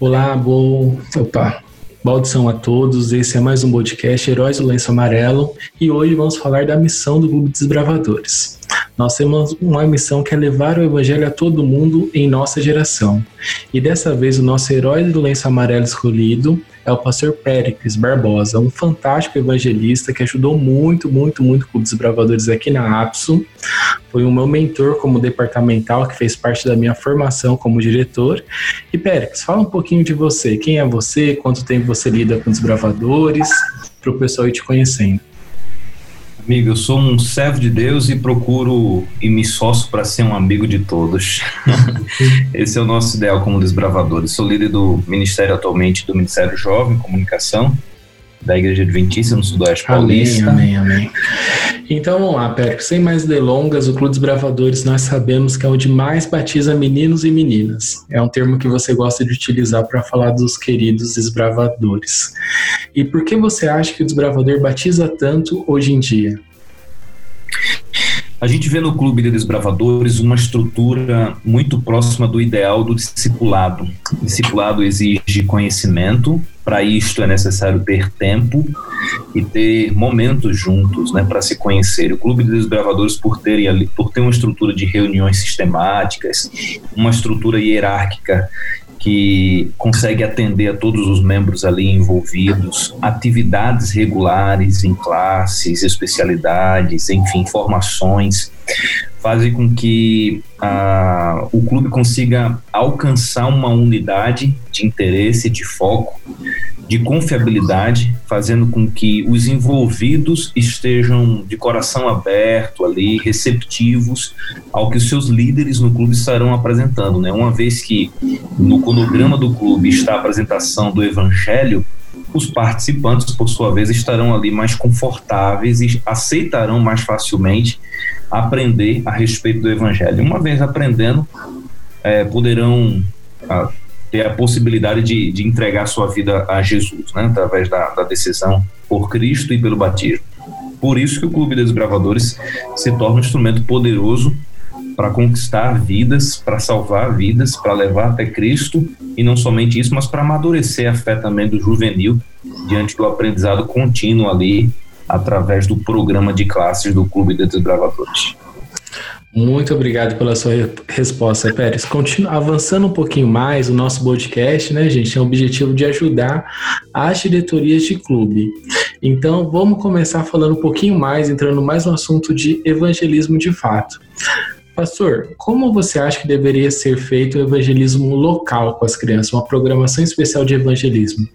Olá, Baldição a todos, esse é mais um podcast Heróis do Lenço Amarelo e hoje vamos falar da missão do Clube Desbravadores. Nós temos uma missão que é levar o Evangelho a todo mundo em nossa geração. E dessa vez o nosso herói do Lenço Amarelo escolhido é o pastor Péricles Barbosa, um fantástico evangelista que ajudou muito o Clube Desbravadores aqui na APSO. Foi o meu mentor como departamental, que fez parte da minha formação como diretor. E Péricles, fala um pouquinho de você. Quem é você? Quanto tempo você lida com desbravadores? Para o pessoal ir te conhecendo. Amigo, eu sou um servo de Deus e procuro e me esforço para ser um amigo de todos. Esse é o nosso ideal como desbravadores. Sou líder do ministério atualmente, do Ministério Jovem Comunicação, da Igreja Adventista no Sudoeste Paulista. Amém. Então vamos lá, Péricles, sem mais delongas, o Clube Desbravadores nós sabemos que é onde mais batiza meninos e meninas. É um termo que você gosta de utilizar para falar dos queridos desbravadores. E por que você acha que o desbravador batiza tanto hoje em dia? A gente vê no Clube de Desbravadores uma estrutura muito próxima do ideal do discipulado. O discipulado exige conhecimento, para isto é necessário ter tempo e ter momentos juntos, né, para se conhecer. O Clube de Desbravadores, por ter uma estrutura de reuniões sistemáticas, uma estrutura hierárquica que consegue atender a todos os membros ali envolvidos, atividades regulares em classes, especialidades, enfim, formações, fazem com que o clube consiga alcançar uma unidade de interesse, de foco, de confiabilidade, fazendo com que os envolvidos estejam de coração aberto ali, receptivos ao que os seus líderes no clube estarão apresentando, né? Uma vez que no cronograma do clube está a apresentação do Evangelho, os participantes, por sua vez, estarão ali mais confortáveis e aceitarão mais facilmente aprender a respeito do Evangelho. Uma vez aprendendo, poderão ter a possibilidade de entregar sua vida a Jesus, né, através da decisão por Cristo e pelo batismo. Por isso que o Clube dos Desbravadores se torna um instrumento poderoso para conquistar vidas, para salvar vidas, para levar até Cristo, e não somente isso, mas para amadurecer a fé também do juvenil diante do aprendizado contínuo ali através do programa de classes do Clube de Desbravadores. Muito obrigado pela sua resposta, Pérez. Avançando um pouquinho mais, o nosso podcast, né, gente, tem o objetivo de ajudar as diretorias de clube. Então, vamos começar falando um pouquinho mais, entrando mais no assunto de evangelismo de fato. Pastor, como você acha que deveria ser feito o evangelismo local com as crianças, uma programação especial de evangelismo?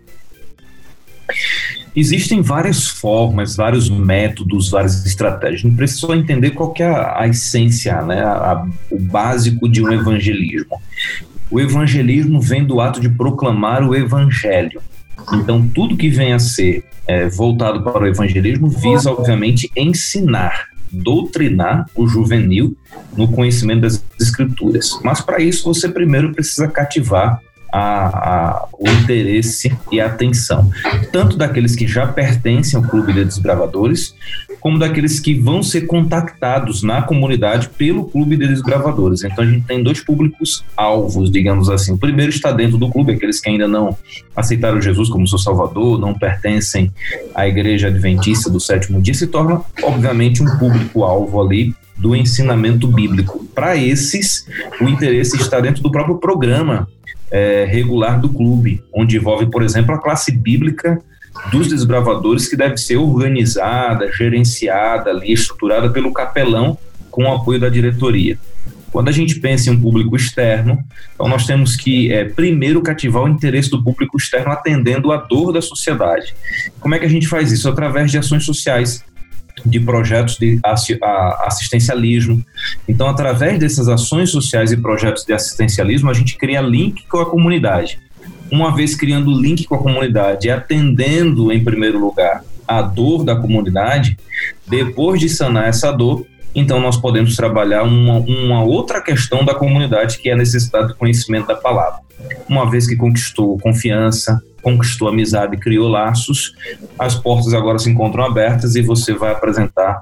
Existem várias formas, vários métodos, várias estratégias. Não precisa só entender qual que é a essência, né? O básico de um evangelismo. O evangelismo vem do ato de proclamar o evangelho. Então, tudo que vem a ser voltado para o evangelismo visa, obviamente, ensinar, doutrinar o juvenil no conhecimento das escrituras. Mas, para isso, você primeiro precisa cativar o interesse e a atenção, tanto daqueles que já pertencem ao Clube de Desbravadores, como daqueles que vão ser contactados na comunidade pelo Clube de Desbravadores. Então a gente tem dois públicos-alvos, digamos assim. O primeiro está dentro do clube, aqueles que ainda não aceitaram Jesus como seu Salvador, não pertencem à Igreja Adventista do Sétimo Dia, se torna, obviamente, um público-alvo ali do ensinamento bíblico. Para esses, o interesse está dentro do próprio programa regular do clube, onde envolve, por exemplo, a classe bíblica dos desbravadores, que deve ser organizada, gerenciada, ali, estruturada pelo capelão com o apoio da diretoria. Quando a gente pensa em um público externo, então nós temos que primeiro cativar o interesse do público externo atendendo a dor da sociedade. Como é que a gente faz isso? Através de ações sociais, de projetos de assistencialismo. Então, através dessas ações sociais e projetos de assistencialismo, a gente cria link com a comunidade. Uma vez criando link com a comunidade e atendendo, em primeiro lugar, a dor da comunidade, depois de sanar essa dor, então nós podemos trabalhar uma outra questão da comunidade, que é a necessidade do conhecimento da palavra. Uma vez que conquistou confiança, conquistou amizade, criou laços, as portas agora se encontram abertas e você vai apresentar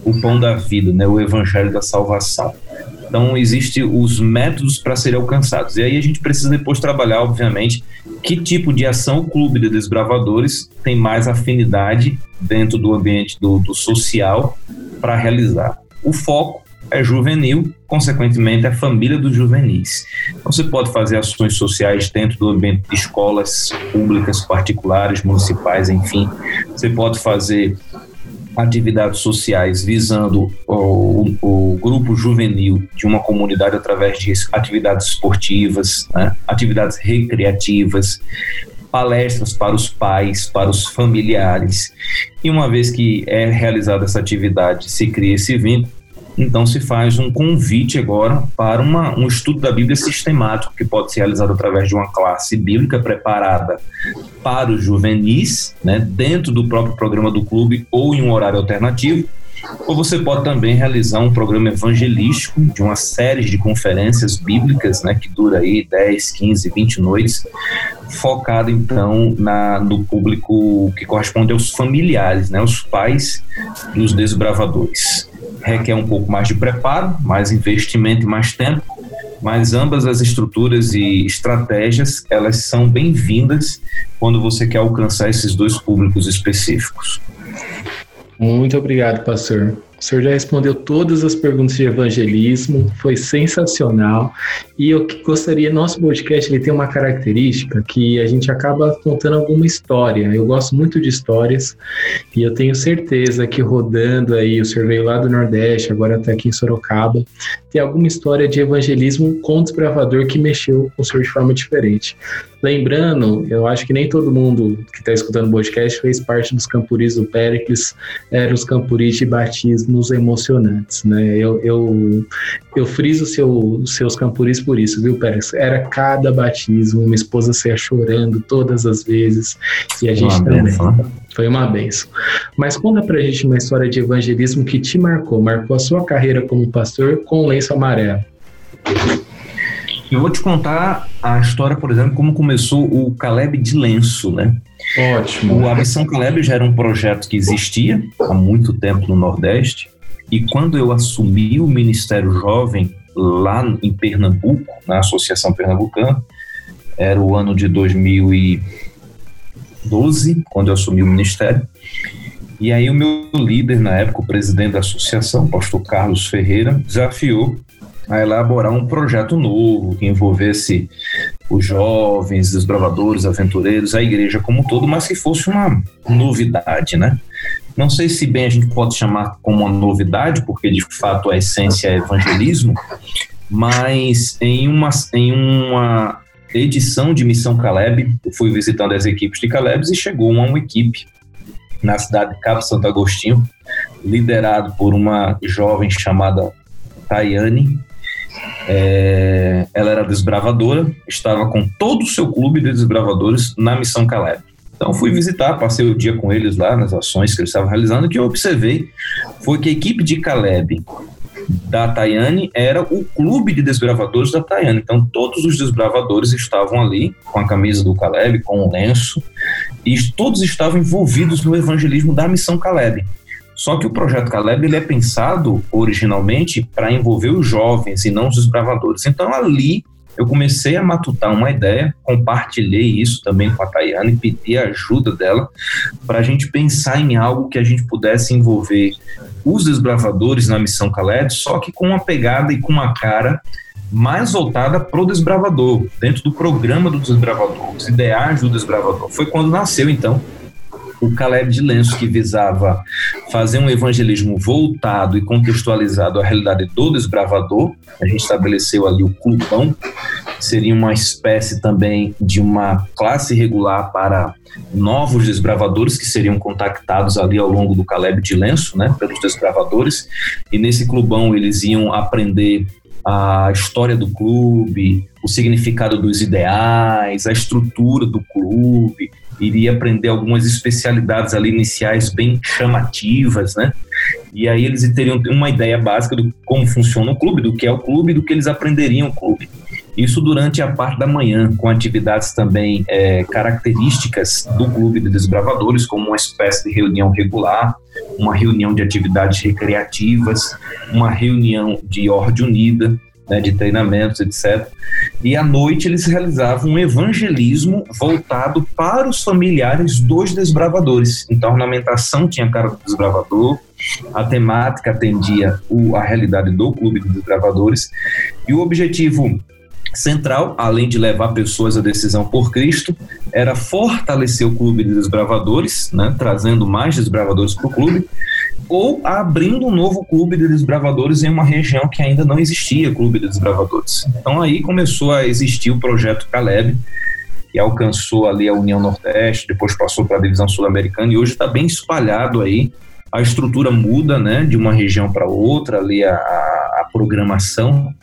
o pão da vida, né, o evangelho da salvação. Então, existem os métodos para serem alcançados. E aí a gente precisa depois trabalhar, obviamente, que tipo de ação o Clube de Desbravadores tem mais afinidade dentro do ambiente do social para realizar. O foco é juvenil, consequentemente, é a família dos juvenis. Então, você pode fazer ações sociais dentro do ambiente de escolas públicas, particulares, municipais, enfim. Você pode fazer atividades sociais visando o grupo juvenil de uma comunidade através de atividades esportivas, né? Atividades recreativas, palestras para os pais, para os familiares. E uma vez que é realizada essa atividade, se cria esse vínculo, então se faz um convite agora para um estudo da Bíblia sistemático, que pode ser realizado através de uma classe bíblica preparada para os juvenis, né, dentro do próprio programa do clube ou em um horário alternativo. Ou você pode também realizar um programa evangelístico de uma série de conferências bíblicas, né, que dura aí 10, 15, 20 noites, focado então no público que corresponde aos familiares, né, os pais dos desbravadores. Requer um pouco mais de preparo, mais investimento e mais tempo, mas ambas as estruturas e estratégias, elas são bem-vindas quando você quer alcançar esses dois públicos específicos. Muito obrigado, pastor. O senhor já respondeu todas as perguntas de evangelismo, foi sensacional. E eu gostaria, nosso podcast ele tem uma característica que a gente acaba contando alguma história. Eu gosto muito de histórias e eu tenho certeza que rodando aí, o senhor veio lá do Nordeste, agora está aqui em Sorocaba, tem alguma história de evangelismo com o desbravador que mexeu com o senhor de forma diferente. Lembrando, eu acho que nem todo mundo que está escutando o podcast fez parte dos campuris do Péricles, eram os campuris de batismos emocionantes, né? Eu friso seus campuris por isso, viu, Péricles? Era cada batismo, minha esposa saía chorando todas as vezes, e a gente também. Foi uma benção. Mas conta pra gente uma história de evangelismo que te marcou a sua carreira como pastor com o lenço amarelo. Eu vou te contar a história, por exemplo, como começou o Caleb de Lenço, né? Ótimo. A Missão Caleb já era um projeto que existia há muito tempo no Nordeste, e quando eu assumi o Ministério Jovem lá em Pernambuco, na Associação Pernambucana, era o ano de 2012, quando eu assumi o Ministério, e aí o meu líder na época, o presidente da associação, o pastor Carlos Ferreira, desafiou a elaborar um projeto novo que envolvesse os jovens, desbravadores, aventureiros, a igreja como um todo, mas que fosse uma novidade, né? Não sei se bem a gente pode chamar como uma novidade, porque de fato a essência é evangelismo, mas em uma edição de Missão Caleb, eu fui visitando as equipes de Caleb e chegou uma equipe na cidade de Cabo Santo Agostinho, liderado por uma jovem chamada Tayane. Ela era desbravadora, estava com todo o seu clube de desbravadores na Missão Caleb. Então fui visitar, passei o dia com eles lá nas ações que eles estavam realizando. O que eu observei foi que a equipe de Caleb da Tayane era o clube de desbravadores da Tayane. Então todos os desbravadores estavam ali com a camisa do Caleb, com o lenço, e todos estavam envolvidos no evangelismo da Missão Caleb. Só que o projeto Caleb ele é pensado originalmente para envolver os jovens e não os desbravadores. Então ali eu comecei a matutar uma ideia, compartilhei isso também com a Tayane, pedi a ajuda dela para a gente pensar em algo que a gente pudesse envolver os desbravadores na Missão Caleb, só que com uma pegada e com uma cara mais voltada para o desbravador, dentro do programa do desbravador, os ideais do desbravador. Foi quando nasceu então o Caleb de Lenço, que visava fazer um evangelismo voltado e contextualizado à realidade do desbravador. A gente estabeleceu ali o clubão, que seria uma espécie também de uma classe regular para novos desbravadores que seriam contactados ali ao longo do Caleb de Lenço, né, pelos desbravadores, e nesse clubão eles iam aprender a história do clube, o significado dos ideais, a estrutura do clube, iria aprender algumas especialidades ali iniciais bem chamativas, né? E aí eles teriam uma ideia básica de como funciona o clube, do que é o clube e do que eles aprenderiam o clube. Isso durante a parte da manhã, com atividades também características do clube de desbravadores, como uma espécie de reunião regular, uma reunião de atividades recreativas, uma reunião de ordem unida, né, de treinamentos, etc. E à noite eles realizavam um evangelismo voltado para os familiares dos desbravadores. Então a ornamentação tinha a cara do desbravador, a temática atendia a realidade do Clube dos Desbravadores, e o objetivo central, além de levar pessoas à decisão por Cristo, era fortalecer o Clube de Desbravadores, né, trazendo mais desbravadores para o clube, ou abrindo um novo Clube de Desbravadores em uma região que ainda não existia Clube de Desbravadores. Então aí começou a existir o projeto Caleb, que alcançou ali a União Nordeste, depois passou para a Divisão Sul-Americana, e hoje está bem espalhado aí. A estrutura muda, né, de uma região para outra, ali a programação.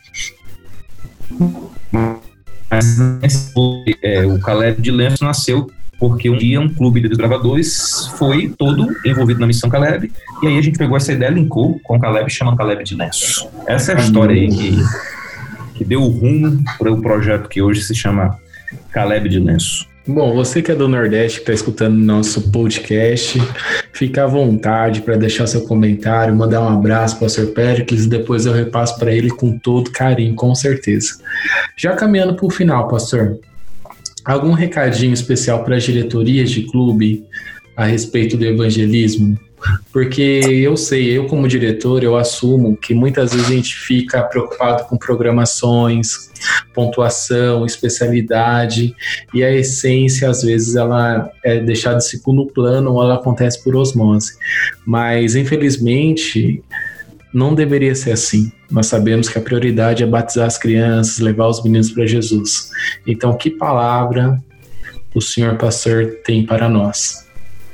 Mas o Caleb de Lenço nasceu porque um dia um clube de desbravadores foi todo envolvido na missão Caleb, e aí a gente pegou essa ideia, linkou com o Caleb, chamando Caleb de Lenço. Essa é a história aí que deu o rumo para o projeto que hoje se chama Caleb de Lenço. Bom, você que é do Nordeste, que está escutando nosso podcast, fica à vontade para deixar seu comentário, mandar um abraço para o Pastor Péricles, e depois eu repasso para ele com todo carinho, com certeza. Já caminhando para o final, pastor, algum recadinho especial para as diretorias de clube a respeito do evangelismo? Porque eu como diretor, eu assumo que muitas vezes a gente fica preocupado com programações, pontuação, especialidade, e a essência às vezes ela é deixada de segundo plano ou ela acontece por osmose. Mas infelizmente não deveria ser assim. Nós sabemos que a prioridade é batizar as crianças, levar os meninos para Jesus. Então, que palavra o senhor pastor tem para nós?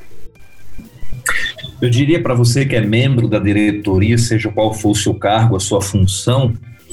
Eu diria para você que é membro da diretoria, seja qual for o seu cargo, a sua função,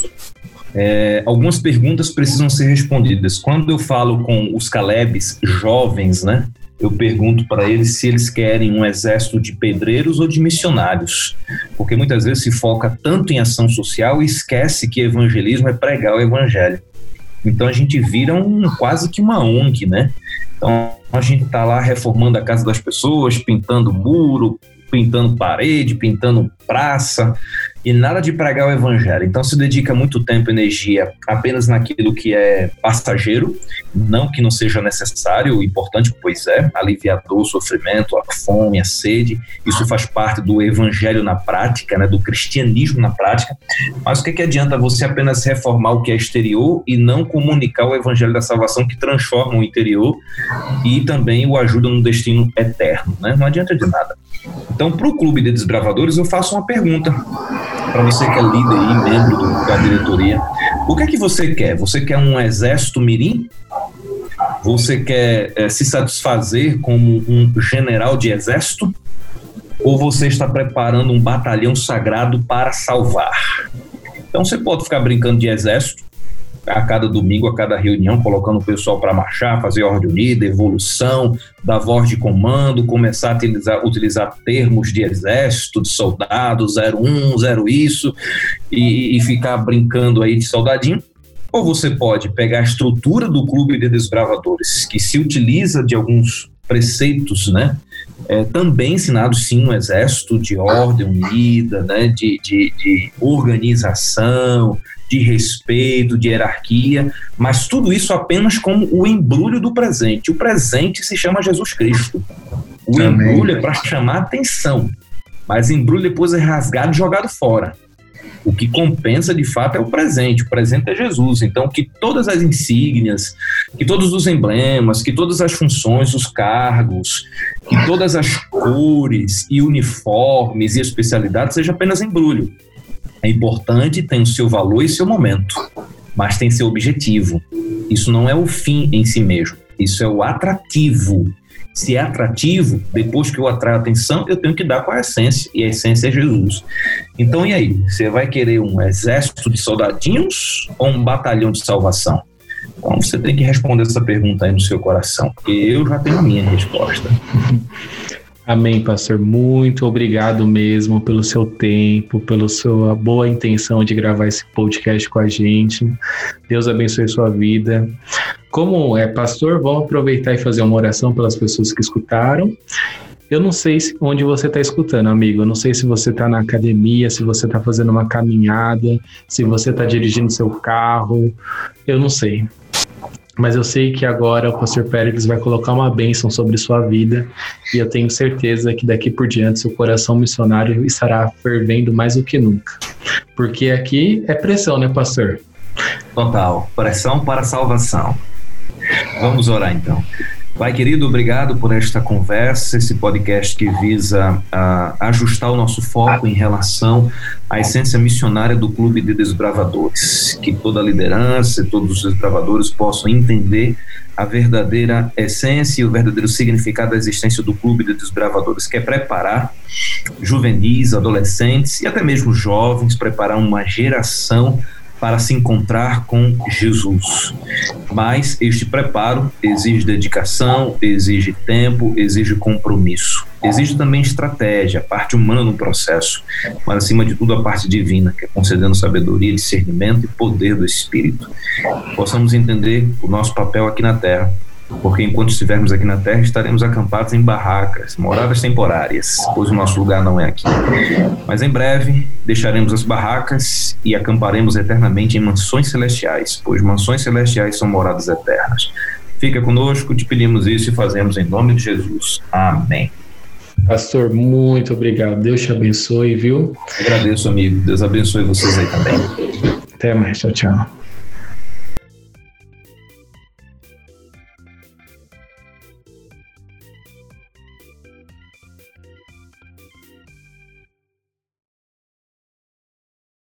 algumas perguntas precisam ser respondidas. Quando eu falo com os Calebs jovens, né, eu pergunto para eles se eles querem um exército de pedreiros ou de missionários, porque muitas vezes se foca tanto em ação social e esquece que evangelismo é pregar o evangelho. Então a gente vira quase que uma ONG, né? Então a gente está lá reformando a casa das pessoas, pintando muro, pintando parede, pintando praça, e nada de pregar o evangelho. Então se dedica muito tempo e energia apenas naquilo que é passageiro, não que não seja necessário, importante, pois é, aliviar a dor, o sofrimento, a fome, a sede, isso faz parte do evangelho na prática, né, do cristianismo na prática. Mas o que adianta você apenas reformar o que é exterior e não comunicar o evangelho da salvação, que transforma o interior e também o ajuda no destino eterno, né? Não adianta de nada. Então, para o Clube de Desbravadores, eu faço uma pergunta para você que é líder e membro da diretoria. O que é que você quer? Você quer um exército mirim? Você quer se satisfazer como um general de exército? Ou você está preparando um batalhão sagrado para salvar? Então, você pode ficar brincando de exército a cada domingo, a cada reunião, colocando o pessoal para marchar, fazer ordem unida, evolução, dar voz de comando, começar a utilizar termos de exército, de soldado, 01, 0 isso, e ficar brincando aí de soldadinho. Ou você pode pegar a estrutura do Clube de Desbravadores, que se utiliza de alguns preceitos, né, também ensinados sim no exército, de ordem unida, né, de organização, de respeito, de hierarquia, mas tudo isso apenas como o embrulho do presente. O presente se chama Jesus Cristo. O embrulho é para chamar atenção, mas o embrulho depois é rasgado e jogado fora. O que compensa de fato é o presente é Jesus. Então que todas as insígnias, que todos os emblemas, que todas as funções, os cargos, que todas as cores e uniformes e especialidades seja apenas embrulho. É importante, tem o seu valor e seu momento, mas tem seu objetivo. Isso não é o fim em si mesmo, isso é o atrativo. Se é atrativo, depois que eu atraio a atenção, eu tenho que dar com a essência, e a essência é Jesus. Então, e aí? Você vai querer um exército de soldadinhos ou um batalhão de salvação? Então, você tem que responder essa pergunta aí no seu coração, porque eu já tenho a minha resposta. Amém, pastor. Muito obrigado mesmo pelo seu tempo, pela sua boa intenção de gravar esse podcast com a gente. Deus abençoe sua vida. Como pastor, vamos aproveitar e fazer uma oração pelas pessoas que escutaram. Eu não sei onde você está escutando, amigo. Eu não sei se você está na academia, se você está fazendo uma caminhada, se você está dirigindo seu carro. Eu não sei. Mas eu sei que agora o pastor Péricles vai colocar uma bênção sobre sua vida e eu tenho certeza que daqui por diante seu coração missionário estará fervendo mais do que nunca. Porque aqui é pressão, né, pastor? Total. Pressão para a salvação. Vamos orar então. Pai querido, obrigado por esta conversa, esse podcast que visa ajustar o nosso foco em relação à essência missionária do Clube de Desbravadores. Que toda a liderança e todos os desbravadores possam entender a verdadeira essência e o verdadeiro significado da existência do Clube de Desbravadores, que é preparar juvenis, adolescentes e até mesmo jovens, preparar uma geração para se encontrar com Jesus. Mas este preparo exige dedicação, exige tempo, exige compromisso. Exige também estratégia, a parte humana no processo, mas acima de tudo a parte divina, que é concedendo sabedoria, discernimento e poder do Espírito. Possamos entender o nosso papel aqui na Terra, porque enquanto estivermos aqui na Terra, estaremos acampados em barracas, moradas temporárias, pois o nosso lugar não é aqui. Mas em breve, deixaremos as barracas e acamparemos eternamente em mansões celestiais, pois mansões celestiais são moradas eternas. Fica conosco, te pedimos isso e fazemos em nome de Jesus. Amém. Pastor, muito obrigado. Deus te abençoe, viu? Agradeço, amigo. Deus abençoe vocês aí também. Até mais. Tchau, tchau.